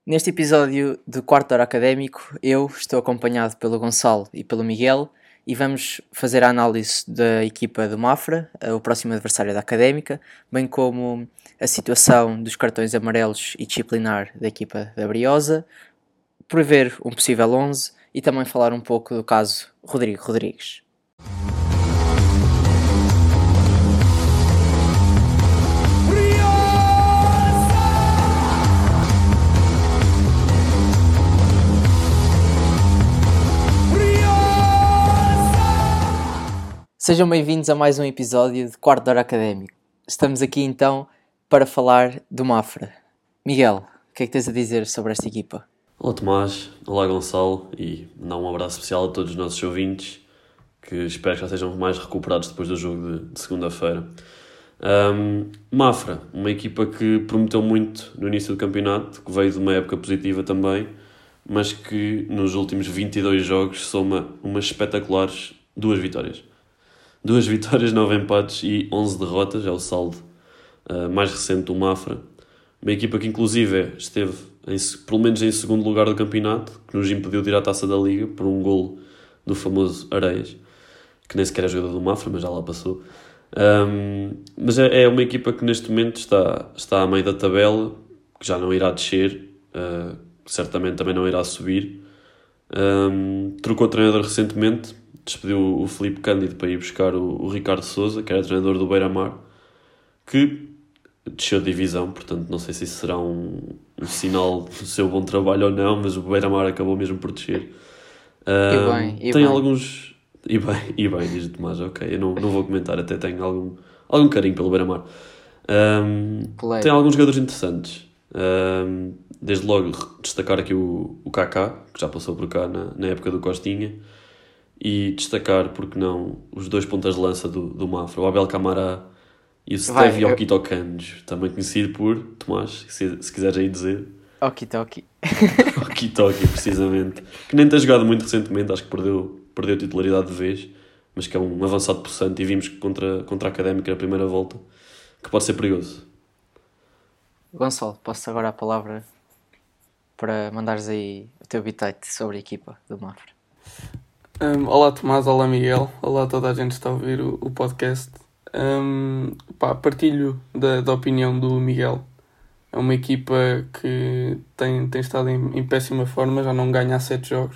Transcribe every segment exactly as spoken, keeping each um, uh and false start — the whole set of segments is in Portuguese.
Neste episódio do Quarto Hora Académico, eu estou acompanhado pelo Gonçalo e pelo Miguel e vamos fazer a análise da equipa do Mafra, o próximo adversário da Académica, bem como a situação dos cartões amarelos e disciplinar da equipa da Briosa, prever um possível onze e também falar um pouco do caso Rodrigo Rodrigues. Sejam bem-vindos a mais um episódio de Quarto Hora Académico. Estamos aqui então para falar do Mafra. Miguel, o que é que tens a dizer sobre esta equipa? Olá Tomás, olá Gonçalo e dar um abraço especial a todos os nossos ouvintes, que espero que já sejam mais recuperados depois do jogo de, de segunda-feira. Um, Mafra, uma equipa que prometeu muito no início do campeonato, que veio de uma época positiva também, mas que nos últimos vinte e dois jogos soma umas espetaculares duas vitórias. Duas vitórias, nove empates e onze derrotas, é o saldo uh, mais recente do Mafra. Uma equipa que inclusive esteve em, pelo menos em segundo lugar do campeonato, que nos impediu de ir à Taça da Liga por um golo do famoso Areias, que nem sequer é jogador do Mafra, mas já lá passou. Um, mas é, é uma equipa que neste momento está, está a meio da tabela, que já não irá descer, uh, certamente também não irá subir. Um, trocou treinador recentemente, despediu o Filipe Cândido para ir buscar o, o Ricardo Sousa, que era treinador do Beira-Mar, que desceu de divisão, portanto não sei se isso será um, um sinal do seu bom trabalho ou não, mas o Beira-Mar acabou mesmo por descer. Um, e bem, e tem bem. alguns... E bem, e bem, diz o Tomás, ok, eu não, não vou comentar, até tenho algum, algum carinho pelo Beira-Mar. Um, tem alguns jogadores interessantes. Um, desde logo destacar aqui o, o Kaká, que já passou por cá na, na época do Costinha, e destacar, porque não, os dois pontas de lança do, do Mafra, o Abel Camará e o Stevie eu... Okitokanjo, também conhecido por, Tomás, se, se quiseres aí dizer. Okitoki. Okitoki, precisamente. Que nem tem jogado muito recentemente, acho que perdeu, perdeu a titularidade de vez, mas que é um avançado possante, e vimos que contra, contra a Académica na primeira volta, que pode ser perigoso. Gonçalo, passo agora a palavra para mandares aí o teu bitite sobre a equipa do Mafra. Um, olá Tomás, olá Miguel, olá a toda a gente que está a ouvir o, o podcast. Um, pá, partilho da, da opinião do Miguel. É uma equipa que tem, tem estado em, em péssima forma, já não ganha há sete jogos.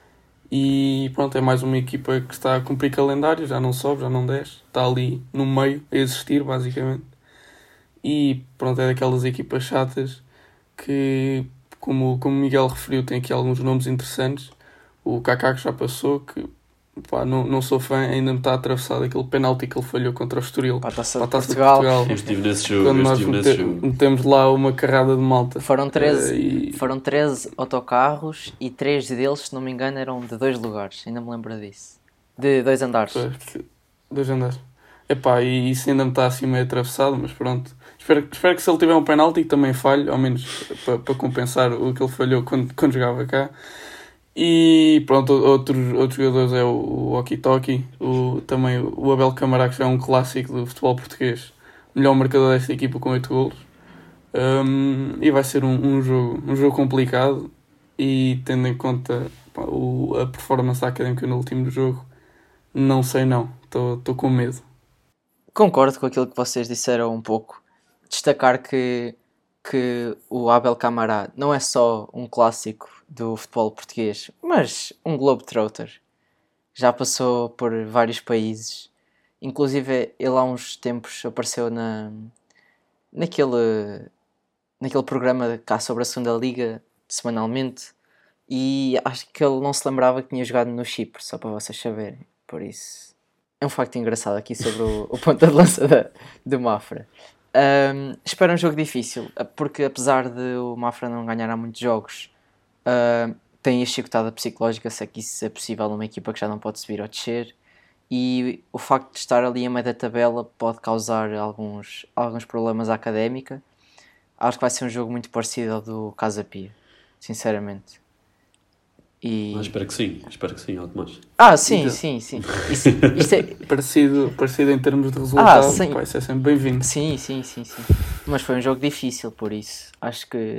E pronto, é mais uma equipa que está a cumprir calendário, já não sobe, já não desce. Está ali no meio, a existir basicamente. E pronto, é daquelas equipas chatas que, como, como o Miguel referiu, tem aqui alguns nomes interessantes. O Kaká que já passou, que pá, não, não sou fã, ainda me está atravessado aquele penalti que ele falhou contra o Estoril. Para a Taça de Portugal. Portugal. Eu estive nesse jogo, Quando eu nós estive mete, nesse jogo. metemos lá uma carrada de malta. Foram treze, Uh, e... foram treze autocarros e três deles, se não me engano, eram de dois lugares. Ainda me lembro disso. De dois andares. Pois, dois andares. Epá, e isso ainda me está assim meio atravessado, mas pronto. Espero, espero que se ele tiver um penalti também falhe, ao menos para, para compensar o que ele falhou quando, quando jogava cá. E pronto, outros, outros jogadores é o, o Okitoki, o, também o Abel Camará, que já é um clássico do futebol português, melhor marcador desta equipa com oito golos. Um, e vai ser um, um, jogo, um jogo complicado, e tendo em conta pá, o, a performance da Académica no último jogo, não sei não, estou com medo. Concordo com aquilo que vocês disseram um pouco. Destacar que, que o Abel Camará não é só um clássico do futebol português, mas um globetrotter. Já passou por vários países. Inclusive, ele há uns tempos apareceu na, naquele, naquele programa cá sobre a segunda Liga, semanalmente, e acho que ele não se lembrava que tinha jogado no Chipre, só para vocês saberem. Por isso, é um facto engraçado aqui sobre o, o ponta de lança da, do Mafra. Um, espero um jogo difícil, porque apesar de o Mafra não ganhar há muitos jogos, uh, tem a chicotada psicológica, se é que isso é possível numa equipa que já não pode subir ou descer, e o facto de estar ali a meio da tabela pode causar alguns, alguns problemas à Académica. Acho que vai ser um jogo muito parecido ao do Casa Pia, sinceramente. E... Mas espero que sim, espero que sim, ó Tomás. Ah, sim, Então, sim, sim. Isso, isto é... parecido, parecido em termos de resultado, Ah, sim. vai ser sempre bem-vindo. Sim, sim, sim, sim. Mas foi um jogo difícil, por isso. Acho que,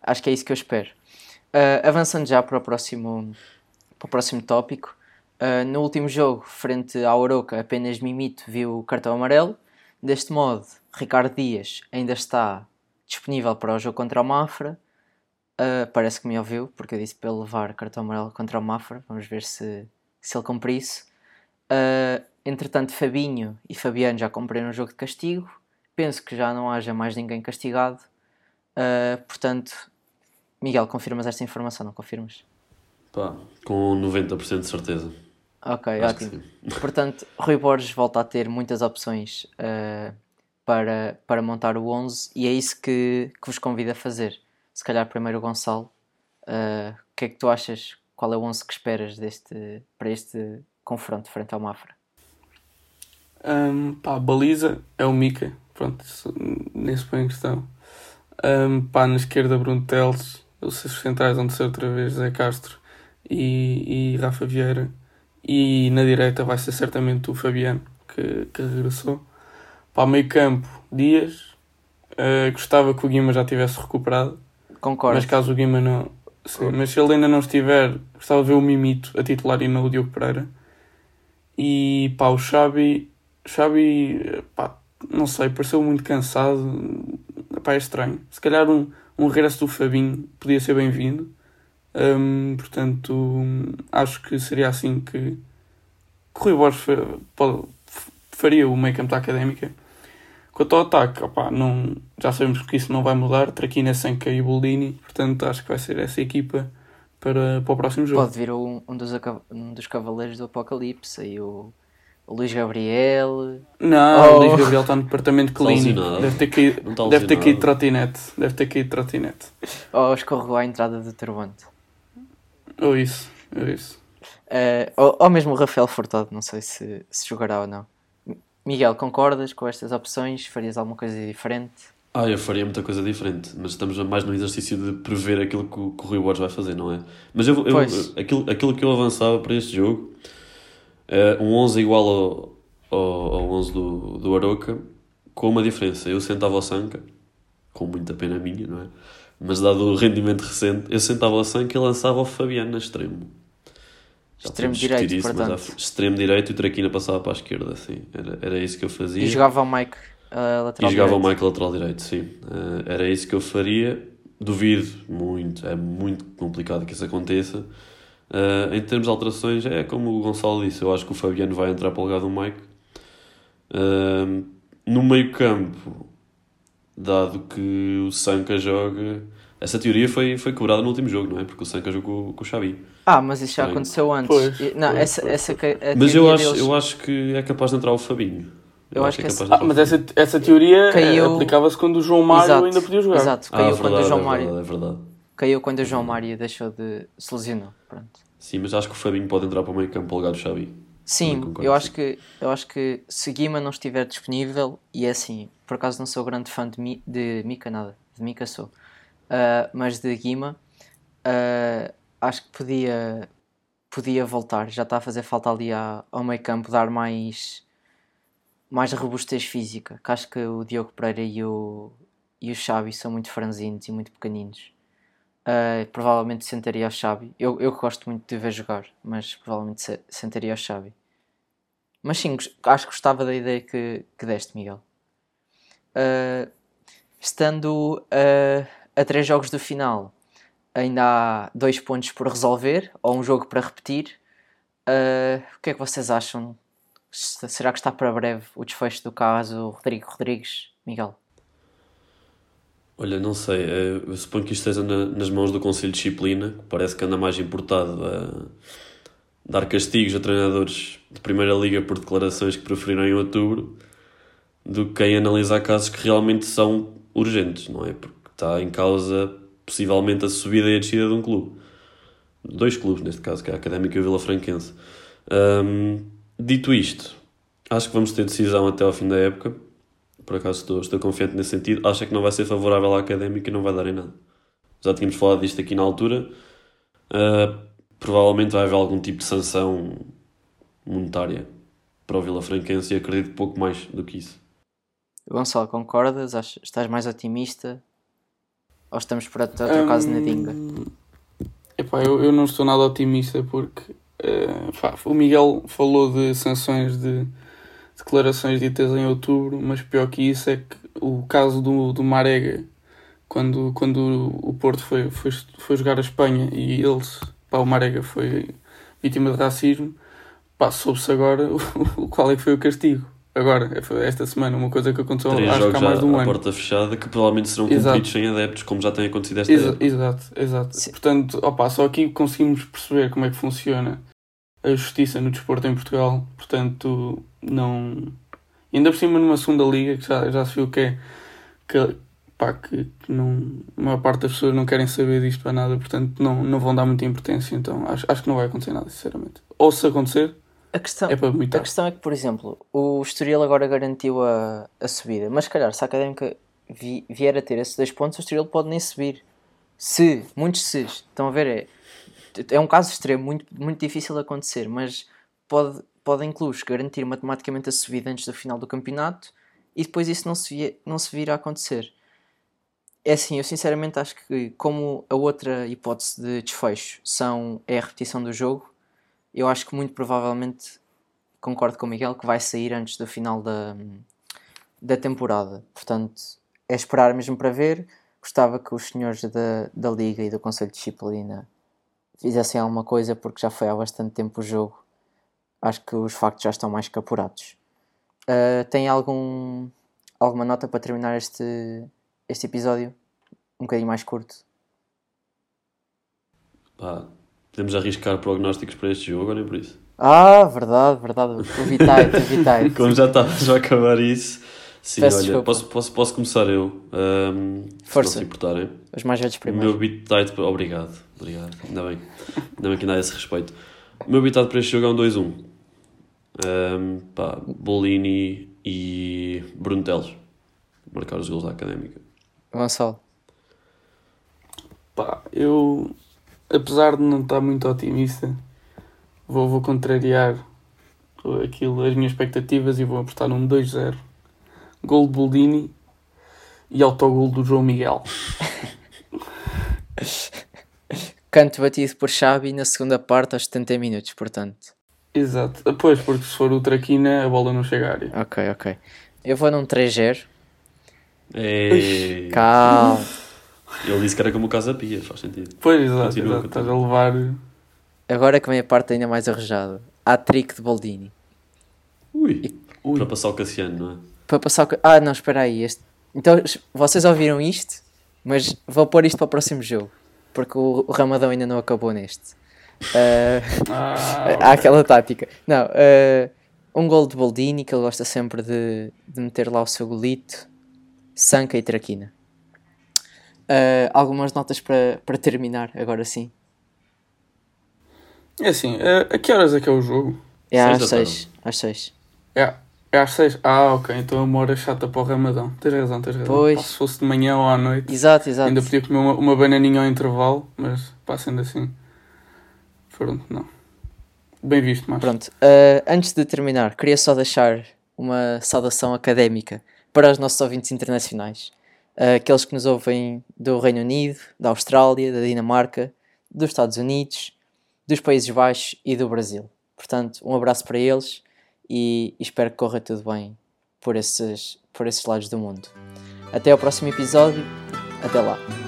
acho que é isso que eu espero. Uh, avançando já para o próximo, para o próximo tópico, uh, no último jogo, frente ao Arouca, apenas Mimito viu o cartão amarelo. Deste modo, Ricardo Dias ainda está disponível para o jogo contra o Mafra. Uh, parece que me ouviu, porque eu disse para ele levar cartão amarelo contra o Mafra. Vamos ver se, se ele cumpre isso. Uh, entretanto, Fabinho e Fabiano já cumpriram o jogo de castigo. Penso que já não haja mais ninguém castigado. Uh, portanto, Miguel, confirmas esta informação, não confirmas? Pá, com noventa por cento de certeza. Ok, Acho ótimo. Portanto, Rui Borges volta a ter muitas opções uh, para, para montar o onze e é isso que, que vos convido a fazer. Se calhar primeiro o Gonçalo. Uh, o que é que tu achas? Qual é o onze que esperas deste, para este confronto frente ao Mafra? Um, pá, a baliza é o Mica. Pronto, isso nem se põe em questão. Um, pá, na esquerda Bruno Teles. Os seus centrais vão ser outra vez Zé Castro e, e Rafa Vieira. E na direita vai ser certamente o Fabiano, que, que regressou. Para o meio campo, Dias. Uh, gostava que o Guima já tivesse recuperado. Concordo. Mas caso o Guima não... Sim, mas se ele ainda não estiver, gostava de ver o Mimito a titular e não o Diogo Pereira. E pá, o Xabi... Xabi, pá, não sei, pareceu muito cansado. Pá, é estranho. Se calhar um, um regresso do Fabinho podia ser bem-vindo. Um, portanto, acho que seria assim que, que o Rui Borges faria o meio campo da Académica. Quanto ao ataque, opá, não, já sabemos que isso não vai mudar. Traquina, Senka e Boldini. Portanto, acho que vai ser essa equipa para, para o próximo jogo. Pode vir um, um, dos, um dos Cavaleiros do Apocalipse. Aí o, o Luís Gabriel. Não, oh. o Luís Gabriel está no departamento clínico. Deve ter caído, deve ter caído de trotinete. Deve ter caído de trotinete. Ou escorregou à entrada do Turbante. Ou isso, ou isso. Uh, ou, ou mesmo o Rafael Furtado, não sei se, se jogará ou não. Miguel, concordas com estas opções? Farias alguma coisa diferente? Ah, eu faria muita coisa diferente, mas estamos mais no exercício de prever aquilo que o, que o Rui Borges vai fazer, não é? Mas eu, eu, aquilo, aquilo que eu avançava para este jogo, é um onze igual ao, ao, ao onze do, do Arouca, com uma diferença. Eu sentava ao Sanca, com muita pena minha, não é? Mas dado o rendimento recente, eu sentava ao Sanca e lançava o Fabiano na extremo. Já extremo direito, isso, portanto. mas extremo direito e o Traquina passava para a esquerda, assim. Era, era isso que eu fazia. E jogava o Mike uh, lateral E jogava direito. o Mike lateral direito, sim. Uh, era isso que eu faria. Duvido muito, é muito complicado que isso aconteça. Uh, em termos de alterações, é como o Gonçalo disse, eu acho que o Fabiano vai entrar para o lugar do Mike. Uh, no meio campo, dado que o Sanca joga... Essa teoria foi, foi quebrada no último jogo, não é? Porque o Sanca jogou com, com o Xabi. Ah, mas isso já aconteceu antes. Pois, não, pois, essa, pois, essa, pois. A mas eu acho, deles... eu acho que é capaz de entrar o Fabinho. Eu, eu acho que, que é capaz de ah, mas essa, essa teoria caiu... aplicava-se quando o João Mário exato, ainda podia jogar. Exato, caiu ah, quando verdade, o João é Mário... verdade, é verdade. Caiu quando o João Mário deixou de... se lesionou, pronto. Sim, mas acho que o Fabinho pode entrar para o meio campo para o lugar do Xabi. Sim, eu acho, que, eu acho que se Guima não estiver disponível, e é assim, por acaso não sou grande fã de, Mi, de Mika, nada, de Mika sou, uh, mas de Guima, uh, acho que podia, podia voltar, já está a fazer falta ali à, ao meio campo, dar mais, mais robustez física, que acho que o Diogo Pereira e o, e o Xabi são muito franzinos e muito pequeninos. Uh, provavelmente sentaria ao Xabi. Eu, eu gosto muito de ver jogar, mas provavelmente se, sentaria ao Xabi. Mas sim, acho que gostava da ideia que, que deste, Miguel. Uh, estando uh, a três jogos do final, ainda há dois pontos por resolver, ou um jogo para repetir. Uh, o que é que vocês acham? Será que está para breve o desfecho do caso Rodrigo Rodrigues, Miguel? Olha, não sei, eu suponho que isto esteja na, nas mãos do Conselho de Disciplina, que parece que anda mais importado a dar castigos a treinadores de Primeira Liga por declarações que preferiram em outubro, do que em analisar casos que realmente são urgentes, não é? Porque está em causa, possivelmente, a subida e a descida de um clube. Dois clubes, neste caso, que é a Académica e o Vila Franquense. Um, dito isto, acho que vamos ter decisão até ao fim da época. Por acaso estou, estou confiante nesse sentido. Acho que não vai ser favorável à Académica e não vai dar em nada. Já tínhamos falado disto aqui na altura. Uh, provavelmente vai haver algum tipo de sanção monetária para o Vila Franquense e acredito pouco mais do que isso. Gonçalo, concordas? Estás mais otimista? Ou estamos para outro caso na Dinga? Epá, eu, eu não estou nada otimista porque uh, pá, o Miguel falou de sanções de declarações ditas em outubro, mas pior que isso é que o caso do, do Marega, quando, quando o Porto foi, foi, foi jogar a Espanha e eles, pá, o Marega foi vítima de racismo, pá, soube-se agora o, qual é que foi o castigo. Agora, esta semana, uma coisa que aconteceu Três acho que há mais de um à ano. porta fechada que provavelmente serão Exato. cumpridos sem adeptos, como já tem acontecido esta Exa- época. Exato, exato. Sim. Portanto, opa, só aqui conseguimos perceber como é que funciona a justiça no desporto em Portugal. Portanto, não... E ainda por cima numa segunda liga, que já, já se viu que é... Que, pá, que, que não... A maior parte das pessoas não querem saber disto para nada. Portanto, não, não vão dar muita importância. Então, acho, acho que não vai acontecer nada, sinceramente. Ou se acontecer... A questão, É para muito a tarde. questão é que, por exemplo, o Estoril agora garantiu a, a subida, mas se calhar se a Académica vi, vier a ter esses dois pontos, o Estoril pode nem subir. Se, muitos se, estão a ver, é, é um caso extremo, muito, muito difícil de acontecer, mas pode, podem clubes garantir matematicamente a subida antes do final do campeonato e depois isso não se, vie, não se vir a acontecer. É assim, eu sinceramente acho que como a outra hipótese de desfecho são, é a repetição do jogo, eu acho que muito provavelmente, concordo com o Miguel, que vai sair antes do final da, da temporada. Portanto, é esperar mesmo para ver. Gostava que os senhores da, da Liga e do Conselho de Disciplina fizessem alguma coisa, porque já foi há bastante tempo o jogo. Acho que os factos já estão mais que apurados. Uh, tem algum, alguma nota para terminar este, este episódio? Um bocadinho mais curto. Pá, podemos arriscar prognósticos para este jogo, ou nem por isso? Ah, verdade, verdade. O Vitai, o Vitai. Como já estavas a acabar isso, sim, Peço olha, desculpa. posso, posso, posso começar eu, um, Força. se não se importarem. Os mais velhos O primeiro. meu bitite, obrigado, obrigado, ainda bem, ainda bem que ainda há esse respeito. O meu bitite para este jogo é um dois um. Um, pá, Bolini e Bruno Teles marcar os gols da Académica. Gonçalo. Pá, eu, apesar de não estar muito otimista, vou, vou contrariar aquilo, as minhas expectativas e vou apostar num dois zero. Gol de Boldini e autogol do João Miguel. Canto batido por Xabi na segunda parte aos setenta minutos, portanto. Exato. Pois, porque se for o Traquina, a bola não chega à área. Ok, ok. Eu vou num três zero. Ei, Calma. ele disse que era como o Casa Pia, faz sentido. Pois, exato, Continua, exato. Estás a continua. levar... Agora que vem a parte ainda mais arrojada. Hat-trick de Boldini. Ui, Ui. para passar o Cassiano, não é? Para passar o... ca- Ah, não, espera aí. Este... Então, vocês ouviram isto, mas vou pôr isto para o próximo jogo. Porque o, o Ramadão ainda não acabou neste. Ah, Ah, Há aquela tática. Não, ah, um gol de Boldini, que ele gosta sempre de, de meter lá o seu golito. Sanca e Traquina. Ah, algumas notas para, para terminar, agora sim. é assim, a, a que horas é que é o jogo? É Seis às da seis. Às seis. É, é às seis? Ah, ok. Então é uma hora chata para o Ramadão. Tens razão, tens razão. Pois. Pá, se fosse de manhã ou à noite, Exato, exato. ainda podia comer uma, uma bananinha ao intervalo, mas pá, sendo assim... Pronto, não. Bem visto, mas... Pronto, uh, antes de terminar, queria só deixar uma saudação académica para os nossos ouvintes internacionais. Uh, aqueles que nos ouvem do Reino Unido, da Austrália, da Dinamarca, dos Estados Unidos, dos Países Baixos e do Brasil. Portanto, um abraço para eles e espero que corra tudo bem por esses, por esses lados do mundo. Até ao próximo episódio. Até lá.